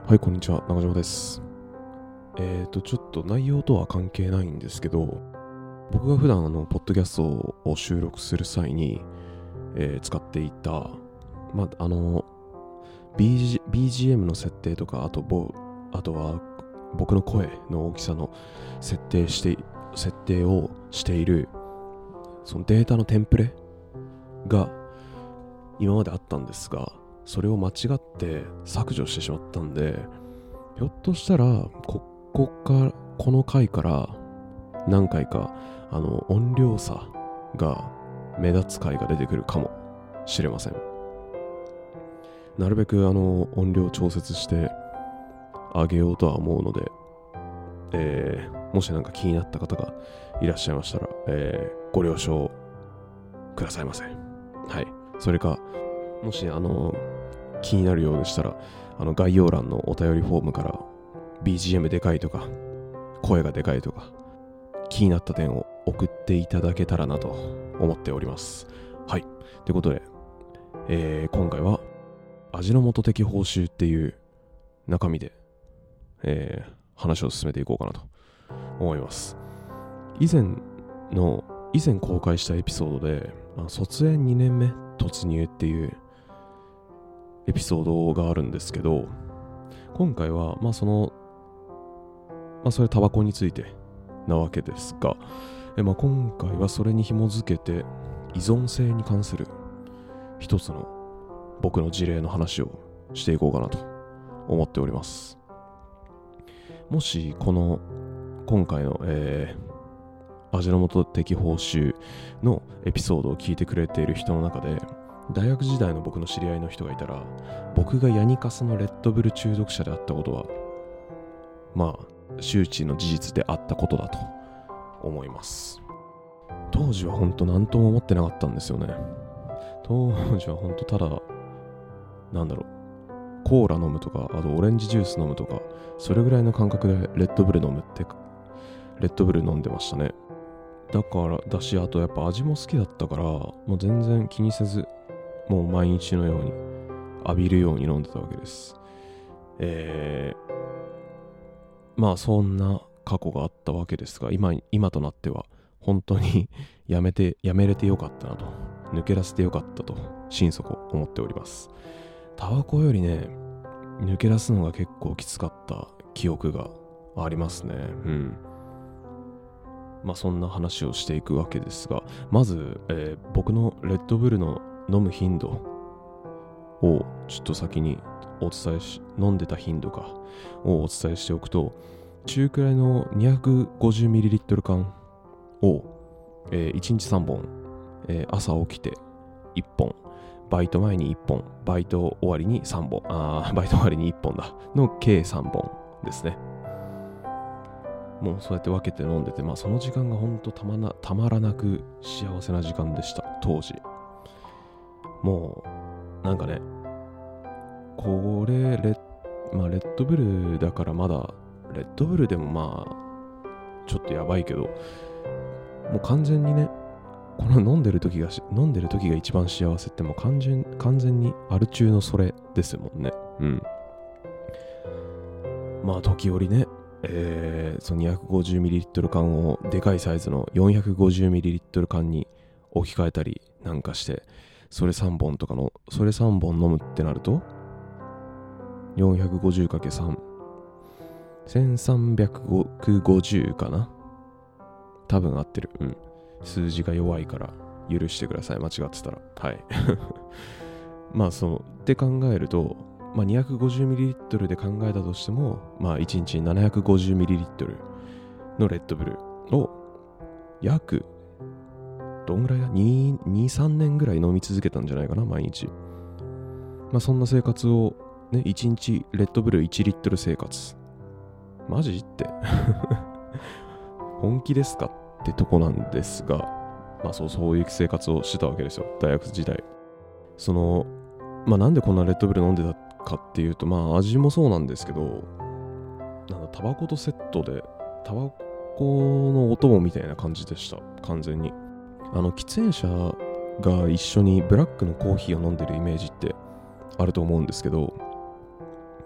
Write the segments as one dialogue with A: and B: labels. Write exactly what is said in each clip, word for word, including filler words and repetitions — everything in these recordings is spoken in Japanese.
A: はい、こんにちは。中島です。えーと、ちょっと内容とは関係ないんですけど、僕が普段あの、ポッドキャストを収録する際に、えー使っていた、まあ、あの、ビージー、ビージーエム の設定とか、あと、ぼあとは僕の声の大きさの設定して、設定をしている、そのデータのテンプレが今まであったんですが、それを間違って削除してしまったんで、ひょっとしたらここかこの回から何回かあの音量差が目立つ回が出てくるかもしれません。なるべくあの音量調節してあげようとは思うので、えー、もしなんか気になった方がいらっしゃいましたら、えー、ご了承くださいませ。はい。それかもしあの気になるようでしたら、あの概要欄のお便りフォームから ビージーエム でかいとか声がでかいとか気になった点を送っていただけたらなと思っております。はい。ということで、えー、今回は味の素的報酬っていう中身で、えー、話を進めていこうかなと思います。以前の以前公開したエピソードで、卒園にねんめ突入っていうエピソードがあるんですけど、今回はまあそのまあそれタバコについてなわけですが、えまあ今回はそれに紐づけて依存性に関する一つの僕の事例の話をしていこうかなと思っております。もしこの今回の、えー、味の素的報酬のエピソードを聞いてくれている人の中で、大学時代の僕の知り合いの人がいたら、僕がヤニカスのレッドブル中毒者であったことはまあ周知の事実であったことだと思います。当時は本当何とも思ってなかったんですよね。当時は本当ただなんだろうコーラ飲むとか、あとオレンジジュース飲むとか、それぐらいの感覚でレッドブル飲むってレッドブル飲んでましたね。だからだし、あとやっぱ味も好きだったから、もう全然気にせず、もう毎日のように浴びるように飲んでたわけです。えー、まあそんな過去があったわけですが、今今となっては本当にやめてやめれてよかったなと、抜け出せてよかったと心底思っております。タバコよりね、抜け出すのが結構きつかった記憶がありますね。うん。まあそんな話をしていくわけですが、まず、えー、僕のレッドブルの飲む頻度をちょっと先にお伝えし、飲んでた頻度かをお伝えしておくと、中くらいの にひゃくごじゅうミリリットル 缶を、えー、いちにちさんぼん、えー、朝起きていっぽん、バイト前にいっぽん、バイト終わりにさんぼん、あバイト終わりにいっぽんだの計さんぼんですね。もうそうやって分けて飲んでて、まあその時間がほんとたまな、たまらなく幸せな時間でした、当時。もう、なんかね、これ、レッ、まあレッドブルだからまだ、レッドブルでもまあ、ちょっとやばいけど、もう完全にね、この飲んでる時が、飲んでる時が一番幸せってもう完全、完全にアル中のそれですもんね。うん。まあ時折ね、えー、その にひゃくごじゅうミリリットル 缶をでかいサイズの よんひゃくごじゅうミリリットル 缶に置き換えたりなんかして、それさんぼんとかの、それさんぼん飲むってなると よんひゃくごじゅうかけるさん、せんさんびゃくごじゅうかな、多分合ってる。うん。数字が弱いから許してください、間違ってたら。はい。まあそのって考えると、まあ、にひゃくごじゅうミリリットル で考えたとしても、まあいちにちにななひゃくごじゅうミリリットル のレッドブルを約どんぐらいだ に、に、さんねんぐらい飲み続けたんじゃないかな、毎日。まあそんな生活をね、いちにちレッドブルいちリットル生活。マジって本気ですかってとこなんですが、まあそうそういう生活をしてたわけですよ、大学時代。そのまあなんでこんなレッドブル飲んでたかっていうと、まあ味もそうなんですけど、なんだタバコとセットでタバコのお供みたいな感じでした。完全にあの喫煙者が一緒にブラックのコーヒーを飲んでるイメージってあると思うんですけど、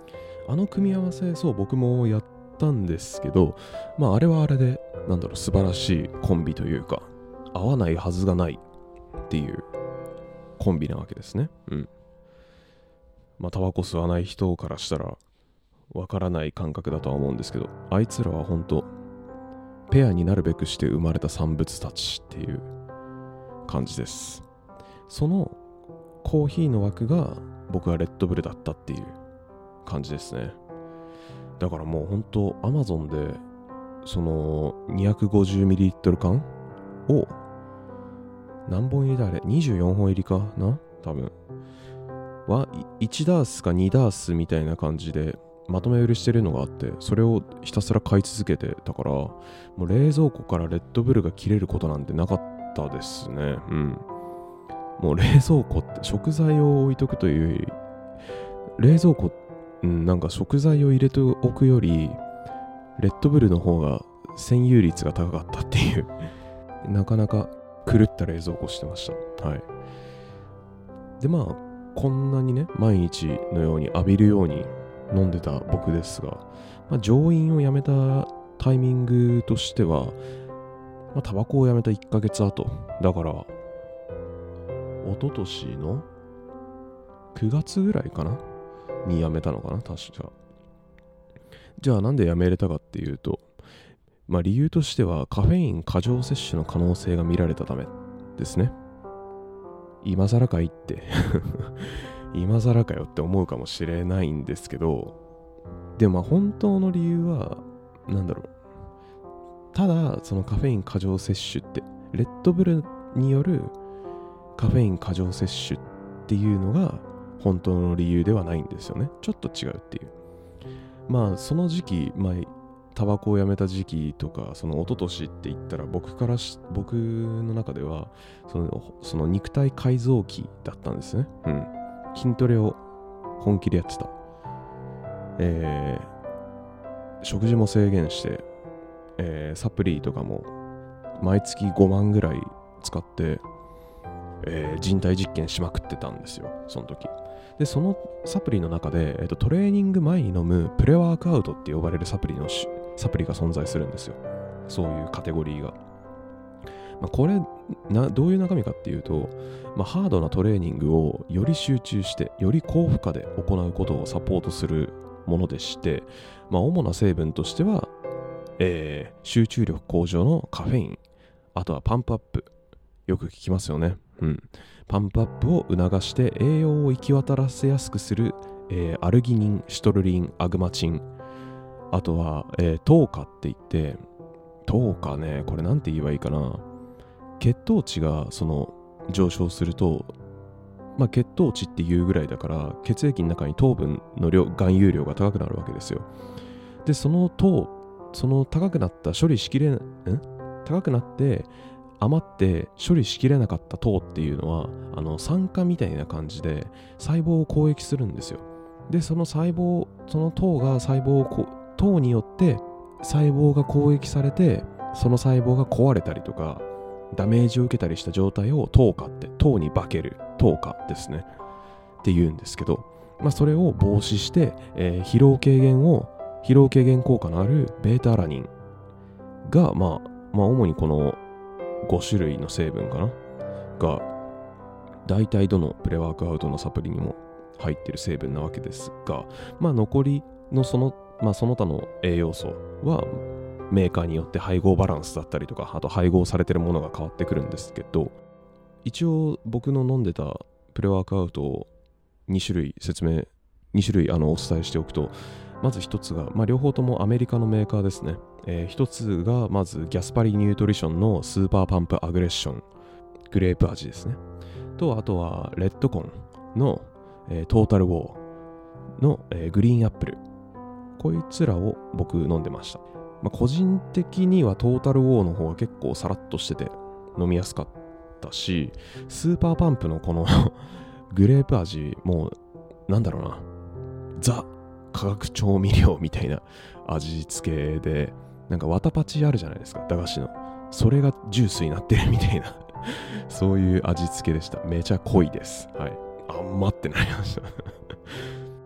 A: あの組み合わせ、そう僕もやったんですけど、まああれはあれでなんだろう素晴らしいコンビというか、合わないはずがないっていうコンビなわけですね。うん。まあタバコ吸わない人からしたらわからない感覚だとは思うんですけど、あいつらは本当ペアになるべくして生まれた産物たちっていう感じです。そのコーヒーの枠が僕はレッドブルだったっていう感じですね。だからもう本当アマゾンでその にひゃくごじゅうミリリットル 缶を何本入りだあれにじゅうよんほん入りかな多分はいちダースかにダースみたいな感じでまとめ売りしてるのがあって、それをひたすら買い続けてたから、もう冷蔵庫からレッドブルが切れることなんてなかったですね。うん。もう冷蔵庫って食材を置いとくというより、冷蔵庫、うん、なんか食材を入れておくよりレッドブルの方が占有率が高かったっていうなかなか狂った冷蔵庫してました。はい。でまあこんなにね毎日のように浴びるように飲んでた僕ですが、まあ、上飲をやめたタイミングとしては、まあ、タバコをやめたいっかげつごだから一昨年のくがつぐらいかなにやめたのかな確か。じゃあなんでやめれたかっていうと、まあ理由としてはカフェイン過剰摂取の可能性が見られたためですね。今更かいって今更かよって思うかもしれないんですけど、でもまあ本当の理由はなんだろう、ただそのカフェイン過剰摂取ってレッドブルによるカフェイン過剰摂取っていうのが本当の理由ではないんですよね。ちょっと違うっていう。まあその時期、まあタバコをやめた時期とか、その一昨年って言ったら僕からし僕の中ではそのその肉体改造期だったんですね。うん。筋トレを本気でやってた。えー、食事も制限して、えー、サプリとかも毎月ごまんぐらい使って、えー、人体実験しまくってたんですよ、その時。で、そのサプリの中で、えーと、トレーニング前に飲むプレワークアウトって呼ばれるサプリのサプリが存在するんですよ。そういうカテゴリーが。まあ、これなどういう中身かっていうと、まあ、ハードなトレーニングをより集中してより高負荷で行うことをサポートするものでして、まあ、主な成分としては、えー、集中力向上のカフェイン、あとはパンプアップ、よく聞きますよね。うん、パンプアップを促して栄養を行き渡らせやすくする、えー、アルギニン、シトルリン、アグマチン、あとは、えー、糖化って言って、糖化ね、これなんて言えばいいかな。血糖値がその上昇すると、まあ、血糖値っていうぐらいだから血液の中に糖分の量、含有量が高くなるわけですよ。で、その糖、その高くなった処理しきれん高くなって余って処理しきれなかった糖っていうのはあの酸化みたいな感じで細胞を攻撃するんですよ。で、その細胞、その糖が細胞をこ糖によって細胞が攻撃されて、その細胞が壊れたりとかダメージを受けたりした状態を糖化って、糖に化ける糖化ですねって言うんですけど、まあそれを防止して、えー、疲労軽減を疲労軽減効果のあるベータアラニンが、まあ、まあ主にこのご種類の成分かなが大体どのプレワークアウトのサプリにも入っている成分なわけですが、まあ残りのその、まあその他の栄養素はメーカーによって配合バランスだったりとか、あと配合されてるものが変わってくるんですけど、一応僕の飲んでたプレワークアウトをに種類説明、に種類あのお伝えしておくと、まず一つが、まあ両方ともアメリカのメーカーですね。えー、一つがまずギャスパリニュートリションのスーパーパンプアグレッション、グレープ味ですね。と、あとはレッドコンの、えー、トータルウォーの、えー、グリーンアップル。こいつらを僕飲んでました。まあ、個人的にはトータルウォーの方が結構サラッとしてて飲みやすかったし、スーパーパンプのこのグレープ味もなんだろうな、ザ化学調味料みたいな味付けで、なんかワタパチあるじゃないですか、駄菓子の、それがジュースになってるみたいなそういう味付けでした。めちゃ濃いです。はい、あんまってなりました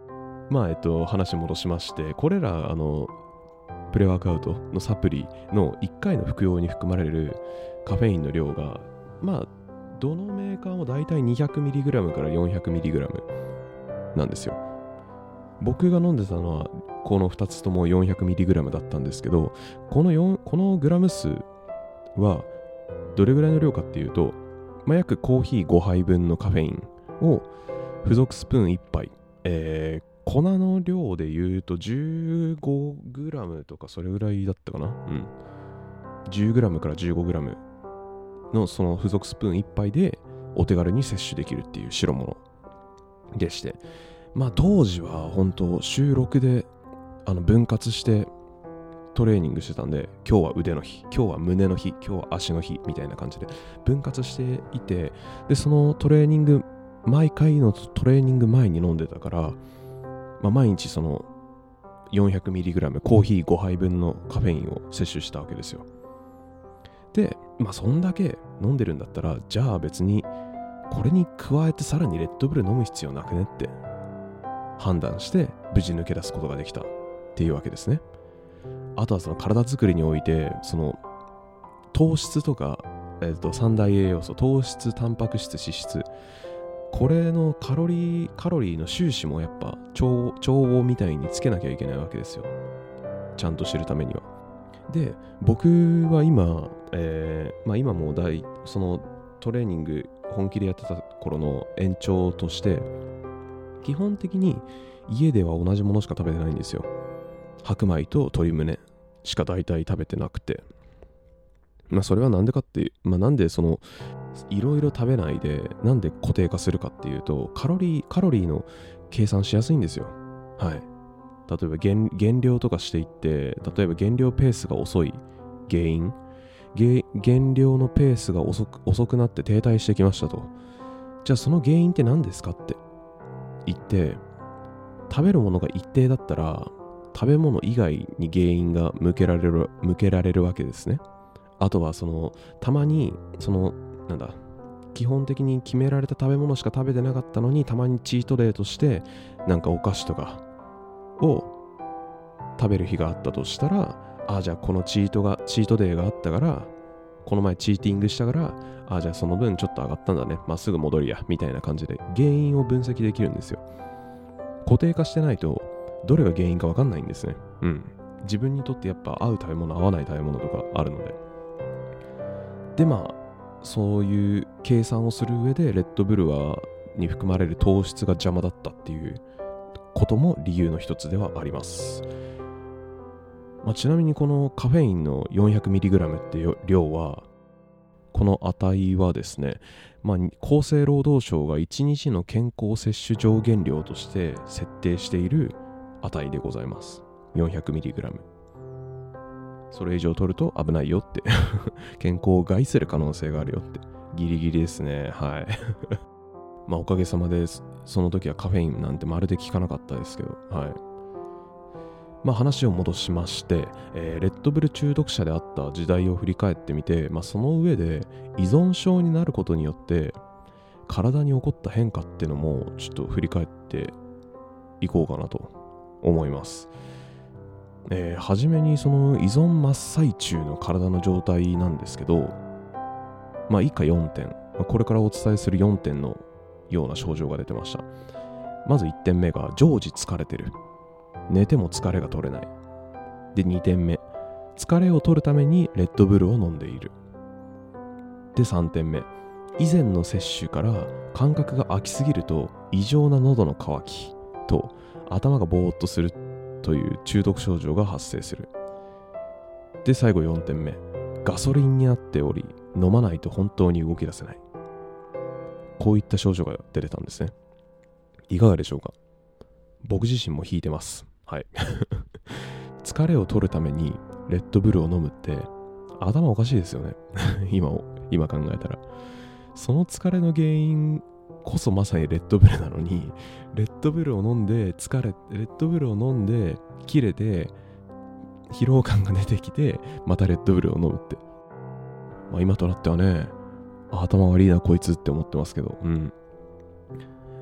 A: まあえっと話戻しまして、これらあのプレワークアウトのサプリのいっかいの服用に含まれるカフェインの量が、まあどのメーカーもだいたい にひゃくミリグラム から よんひゃくミリグラム なんですよ。僕が飲んでたのはこのふたつとも よんひゃくミリグラム だったんですけど、この4このグラム数はどれぐらいの量かっていうと、まあ、約コーヒーごはいぶんのカフェインを付属スプーンいっぱい、えー、粉の量で言うと じゅうごグラム とかそれぐらいだったかな。うん。じゅうグラム から じゅうごグラム のその付属スプーンいっぱいでお手軽に摂取できるっていう代物でして、まあ当時は本当週ろくであの分割してトレーニングしてたんで、今日は腕の日、今日は胸の日、今日は足の日みたいな感じで分割していて、でそのトレーニング毎回のトレーニング前に飲んでたから、まあ、毎日その よんひゃくミリグラム コーヒーごはいぶんのカフェインを摂取したわけですよ。でまあそんだけ飲んでるんだったら、じゃあ別にこれに加えてさらにレッドブル飲む必要なくねって判断して無事抜け出すことができたっていうわけですね。あとはその体作りにおいて、その糖質とか、えー、と三大栄養素、糖質、タンパク質、脂質、これのカロリーカロリーの収支もやっぱ帳簿みたいにつけなきゃいけないわけですよ、ちゃんと知るためには。で僕は今、えーまあ、今もう大そのトレーニング本気でやってた頃の延長として、基本的に家では同じものしか食べてないんですよ。白米と鶏胸しか大体食べてなくて、まあそれはなんでかって、まあなんでそのいろいろ食べないでなんで固定化するかっていうと、カロリーカロリーの計算しやすいんですよ。はい。例えば 減, 減量とかしていって、例えば減量ペースが遅い原因、減量のペースが 遅く, 遅くなって停滞してきましたと。じゃあその原因って何ですかって言って、食べるものが一定だったら食べ物以外に原因が向けられる向けられるわけですね。あとはそのたまにそのなんだ基本的に決められた食べ物しか食べてなかったのに、たまにチートデーとしてなんかお菓子とかを食べる日があったとしたら、ああじゃあこのチートがチートデーがあったから、この前チーティングしたから、ああじゃあその分ちょっと上がったんだね、まっすぐ戻りやみたいな感じで原因を分析できるんですよ。固定化してないとどれが原因か分かんないんですね。うん。自分にとってやっぱ合う食べ物合わない食べ物とかあるので。でまあそういう計算をする上でレッドブルはに含まれる糖質が邪魔だったっていうことも理由の一つではあります。まあ、ちなみにこのカフェインの よんひゃくミリグラム っていう量は、この値はですね、まあ、厚生労働省がいちにちの健康摂取上限量として設定している値でございます。 よんひゃくミリグラム。 それ以上取ると危ないよって健康を害する可能性があるよって、ギリギリですね。はいまあおかげさまでその時はカフェインなんてまるで効かなかったですけど、はい。まあ話を戻しまして、えー、レッドブル中毒者であった時代を振り返ってみて、まあその上で依存症になることによって体に起こった変化っていうのもちょっと振り返っていこうかなと思います。えー、はじめにその依存真っ最中の体の状態なんですけど、まあ以下よんてん、これからお伝えするよんてんのような症状が出てました。まずいってんめが常時疲れてる。寝ても疲れが取れない。でにてんめ、疲れを取るためにレッドブルを飲んでいる。でさんてんめ、以前の摂取から感覚が空きすぎると異常な喉の渇きと頭がぼーっとするという中毒症状が発生する。で最後よんてんめ、ガソリンになっており飲まないと本当に動き出せない。こういった症状が出てたんですね。いかがでしょうか。僕自身も引いてます。はい疲れを取るためにレッドブルを飲むって頭おかしいですよね今今考えたら。その疲れの原因こそまさにレッドブルなのに、レッドブルを飲んで疲れレッドブルを飲んで切れて疲労感が出てきてまたレッドブルを飲むって、まあ、今となってはね、頭悪いなこいつって思ってますけど、うん。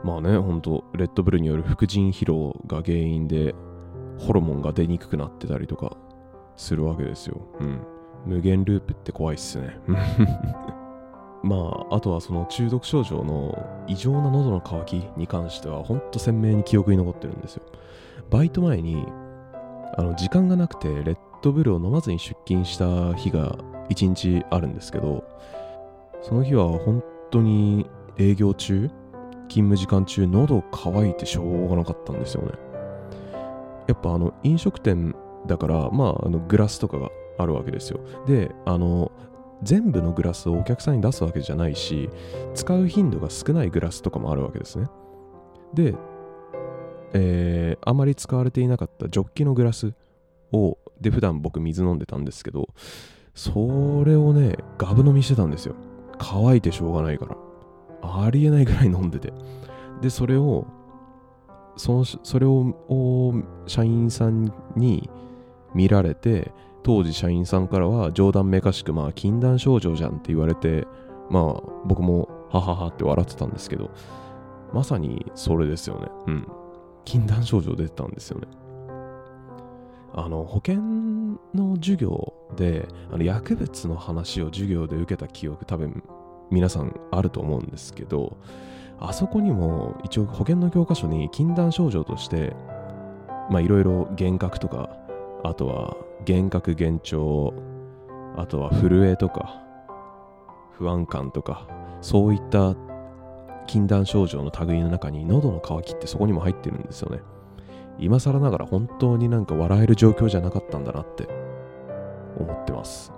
A: まあね、ほんとレッドブルによる副腎疲労が原因でホルモンが出にくくなってたりとかするわけですよ。うん。無限ループって怖いっすね。まあ、あとはその中毒症状の異常な喉の渇きに関してはほんと鮮明に記憶に残ってるんですよ。バイト前にあの時間がなくてレッドブルを飲まずに出勤した日が一日あるんですけど、その日は本当に営業中、勤務時間中、喉乾いてしょうがなかったんですよね。やっぱあの飲食店だから、まあ、あのグラスとかがあるわけですよ。で、あの全部のグラスをお客さんに出すわけじゃないし、使う頻度が少ないグラスとかもあるわけですね。で、えー、あまり使われていなかったジョッキのグラスをで普段僕水飲んでたんですけど、それをねガブ飲みしてたんですよ。乾いてしょうがないから、ありえないぐらい飲んでて、でそれをそのそれを社員さんに見られて、当時社員さんからは冗談めかしく、まあ禁断症状じゃんって言われて、まあ僕もはははって笑ってたんですけど、まさにそれですよね。うん。禁断症状出てたんですよね。あの保険の授業であの薬物の話を授業で受けた記憶多分皆さんあると思うんですけど、あそこにも一応保険の教科書に禁断症状としてまあいろいろ幻覚とか、あとは幻覚幻聴、あとは震えとか不安感とか、そういった禁断症状の類の中に喉の渇きってそこにも入ってるんですよね。今更ながら本当になんか笑える状況じゃなかったんだなって思ってます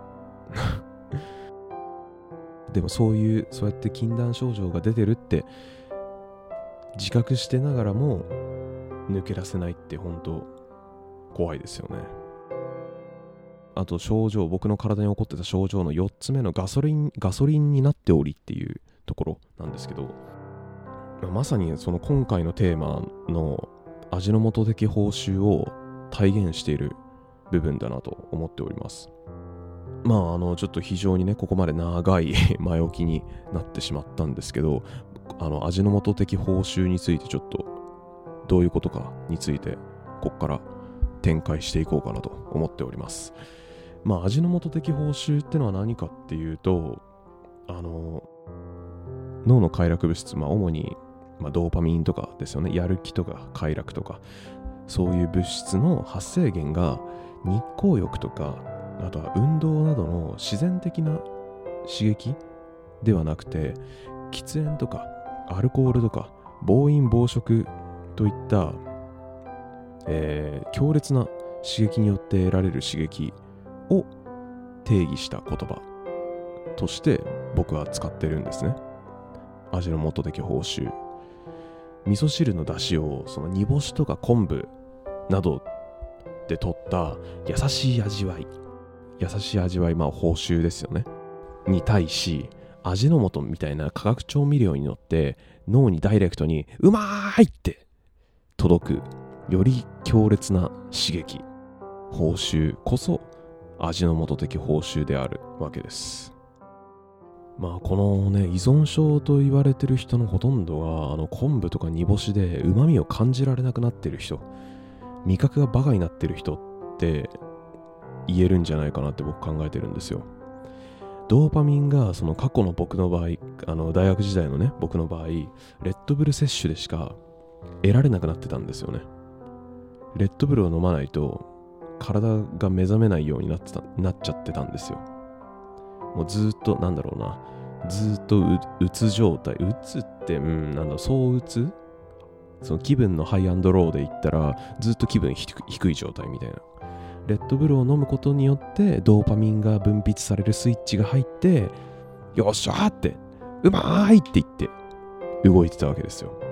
A: でもそういうそうやって禁断症状が出てるって自覚してながらも抜け出せないって本当怖いですよね。あと症状、僕の体に起こってた症状のよっつめのガソリンガソリンになっておりっていうところなんですけど、まさにその今回のテーマの味の素的報酬を体現している部分だなと思っております。まああのちょっと非常にねここまで長い前置きになってしまったんですけど、あの味の素的報酬についてちょっとどういうことかについてここから展開していこうかなと思っております。まあ味の素的報酬ってのは何かっていうと、あの脳の快楽物質、まあ主にまあ、ドーパミンとかですよね。やる気とか快楽とか、そういう物質の発生源が日光浴とか、あとは運動などの自然的な刺激ではなくて、喫煙とかアルコールとか暴飲暴食といった、えー、強烈な刺激によって得られる刺激を定義した言葉として僕は使ってるんですね。味の素的報酬。味噌汁の出汁をその煮干しとか昆布などで取った優しい味わい、優しい味わい、まあ報酬ですよねに対し、味の素みたいな化学調味料によって脳にダイレクトにうまーいって届くより強烈な刺激、報酬こそ味の素的報酬であるわけです。まあこのね依存症と言われてる人のほとんどはあの昆布とか煮干しで旨味を感じられなくなってる人、味覚がバカになってる人って言えるんじゃないかなって僕考えてるんですよ。ドーパミンがその過去の僕の場合、あの大学時代のね僕の場合、レッドブル摂取でしか得られなくなってたんですよね。レッドブルを飲まないと体が目覚めないようになってたなっちゃってたんですよ。もうずっとなんだろうな、ずっと う, うつ状態、うつってうんなんだそううつ、その気分のハイアンドローで言ったらずっと気分低く低い状態みたいな。レッドブルを飲むことによってドーパミンが分泌されるスイッチが入って、よっしゃーってうまーいって言って動いてたわけですよ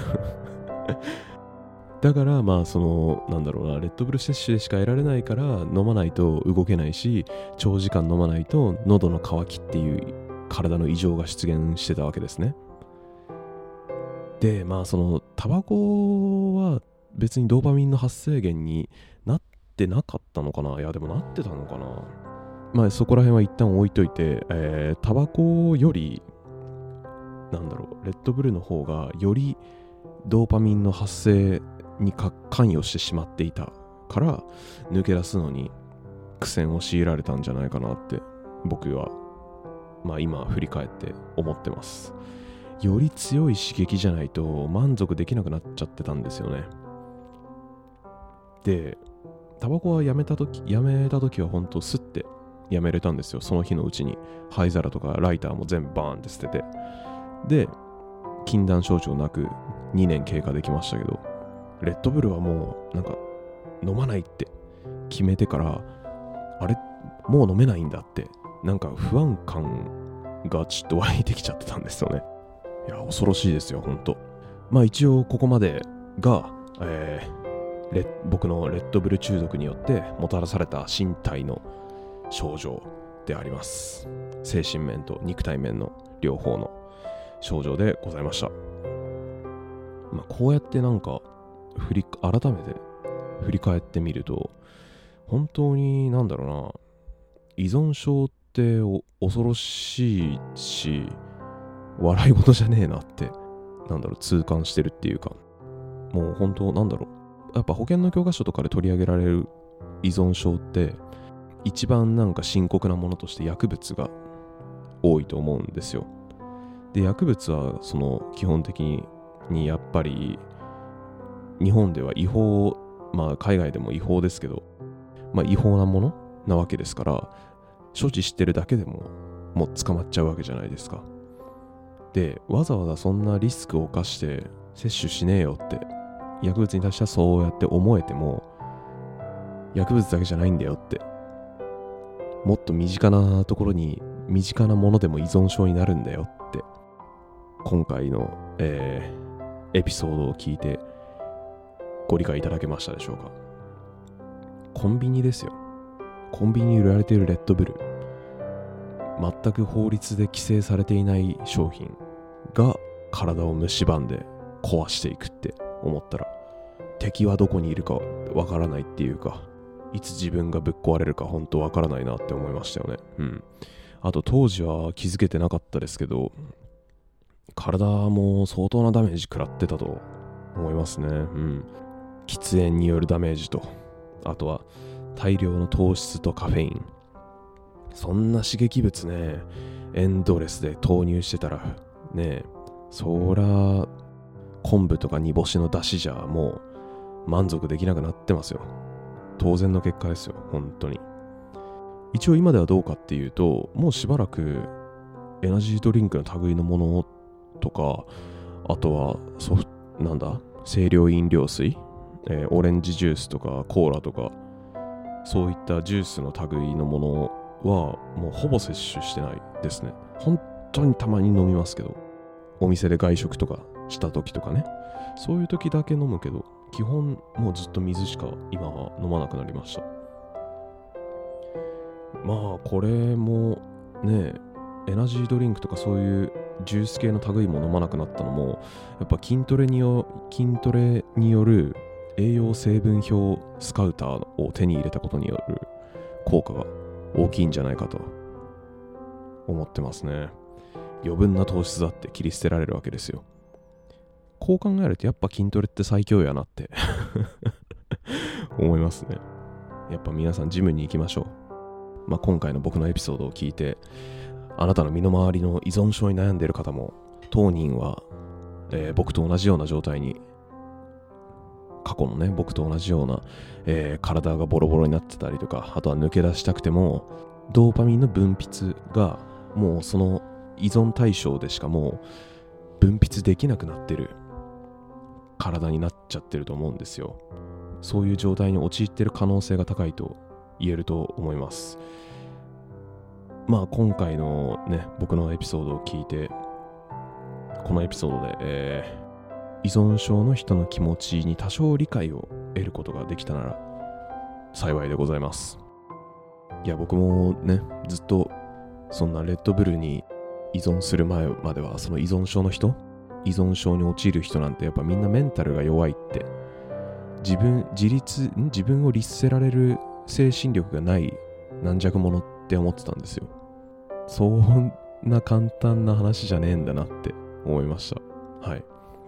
A: だからまあそのなんだろうな、レッドブル摂取でしか得られないから飲まないと動けないし、長時間飲まないと喉の渇きっていう体の異常が出現してたわけですね。でまあそのタバコは別にドーパミンの発生源になってなかったのかな。いやでもなってたのかな。まあそこら辺は一旦置いといて、えー、タバコよりなんだろうレッドブルの方がよりドーパミンの発生に関与してしまっていたから抜け出すのに苦戦を強いられたんじゃないかなって僕はまあ今振り返って思ってます。より強い刺激じゃないと満足できなくなっちゃってたんですよね。で、タバコはやめたとき、やめたときは本当スッてやめれたんですよ。その日のうちに灰皿とかライターも全部バーンって捨てて、で禁断症状なくにねん経過できましたけど、レッドブルはもうなんか飲まないって決めてから、あれもう飲めないんだってなんか不安感がちょっと湧いてきちゃってたんですよね。いや恐ろしいですよ本当。まあ一応ここまでが、えー、レ僕のレッドブル中毒によってもたらされた身体の症状であります。精神面と肉体面の両方の症状でございました。まあ、こうやってなんか振り改めて振り返ってみると本当になんだろうな、依存症って恐ろしいし笑い事じゃねえなってなんだろう痛感してるっていうか、もう本当なんだろう、やっぱ保険の教科書とかで取り上げられる依存症って一番なんか深刻なものとして薬物が多いと思うんですよ。で薬物はその基本的にやっぱり日本では違法、まあ海外でも違法ですけど、まあ違法なものなわけですから、所持してるだけでももう捕まっちゃうわけじゃないですか。でわざわざそんなリスクを冒して摂取しねえよって薬物に対してはそうやって思えても、薬物だけじゃないんだよって、もっと身近なところに身近なものでも依存症になるんだよって今回の、えー、エピソードを聞いてご理解いただけましたでしょうか。コンビニですよ。コンビニに売られているレッドブル、全く法律で規制されていない商品が体を蝕んで壊していくって思ったら、敵はどこにいるかわからないっていうか、いつ自分がぶっ壊れるか本当わからないなって思いましたよね。うん。あと当時は気づけてなかったですけど、体も相当なダメージ食らってたと思いますね。うん。喫煙によるダメージと、あとは大量の糖質とカフェイン、そんな刺激物ねエンドレスで投入してたらね、そら昆布とか煮干しの出汁じゃもう満足できなくなってますよ。当然の結果ですよ本当に。一応今ではどうかっていうと、もうしばらくエナジードリンクの類のものとか、あとはソフトなんだ清涼飲料水、えー、オレンジジュースとかコーラとかそういったジュースの類のものはもうほぼ摂取してないですね。本当にたまに飲みますけど、お店で外食とかした時とかね、そういう時だけ飲むけど、基本もうずっと水しか今は飲まなくなりました。まあこれもね、エナジードリンクとかそういうジュース系の類も飲まなくなったのもやっぱ筋トレによ筋トレによる栄養成分表スカウターを手に入れたことによる効果が大きいんじゃないかと思ってますね。余分な糖質だって切り捨てられるわけですよ。こう考えるとやっぱ筋トレって最強やなって思いますね。やっぱ皆さんジムに行きましょう。まあ、今回の僕のエピソードを聞いて、あなたの身の回りの依存症に悩んでいる方も当人は、えー、僕と同じような状態に、過去のね僕と同じような、えー、体がボロボロになってたりとか、あとは抜け出したくてもドーパミンの分泌がもうその依存対象でしかもう分泌できなくなってる体になっちゃってると思うんですよ。そういう状態に陥ってる可能性が高いと言えると思います。まあ今回のね僕のエピソードを聞いて、このエピソードで、えー、依存症の人の気持ちに多少理解を得ることができたなら幸いでございます。いや僕もねずっとそんなレッドブルに依存する前までは、その依存症の人依存症に陥る人なんてやっぱみんなメンタルが弱いって、自分自立自分を律せられる精神力がない軟弱者って思ってたんですよ。そんな簡単な話じゃねえんだなって思いました。はい。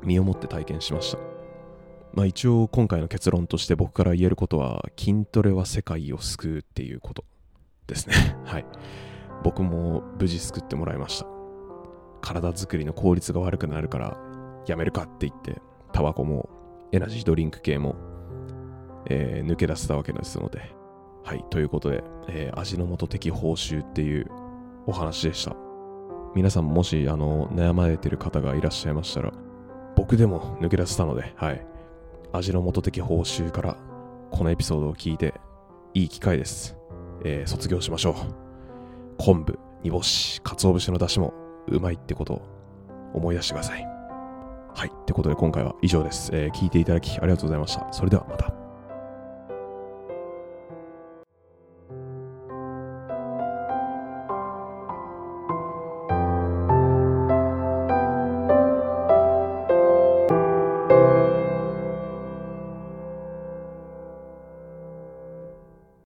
A: 身をもって体験しました。まあ一応今回の結論として僕から言えることは、筋トレは世界を救うっていうことですね。はい。僕も無事救ってもらいました。体作りの効率が悪くなるからやめるかって言って、タバコもエナジードリンク系も、えー、抜け出せたわけですので。はい。ということで、えー、味の素的報酬っていうお話でした。皆さんもしあの悩まれている方がいらっしゃいましたら、僕でも抜け出せたので、はい。味の素的報酬からこのエピソードを聞いていい機会です。えー、卒業しましょう。昆布、煮干し、鰹節の出汁もうまいってことを思い出してください。はい。ってことで今回は以上です。えー、聞いていただきありがとうございました。それではまた。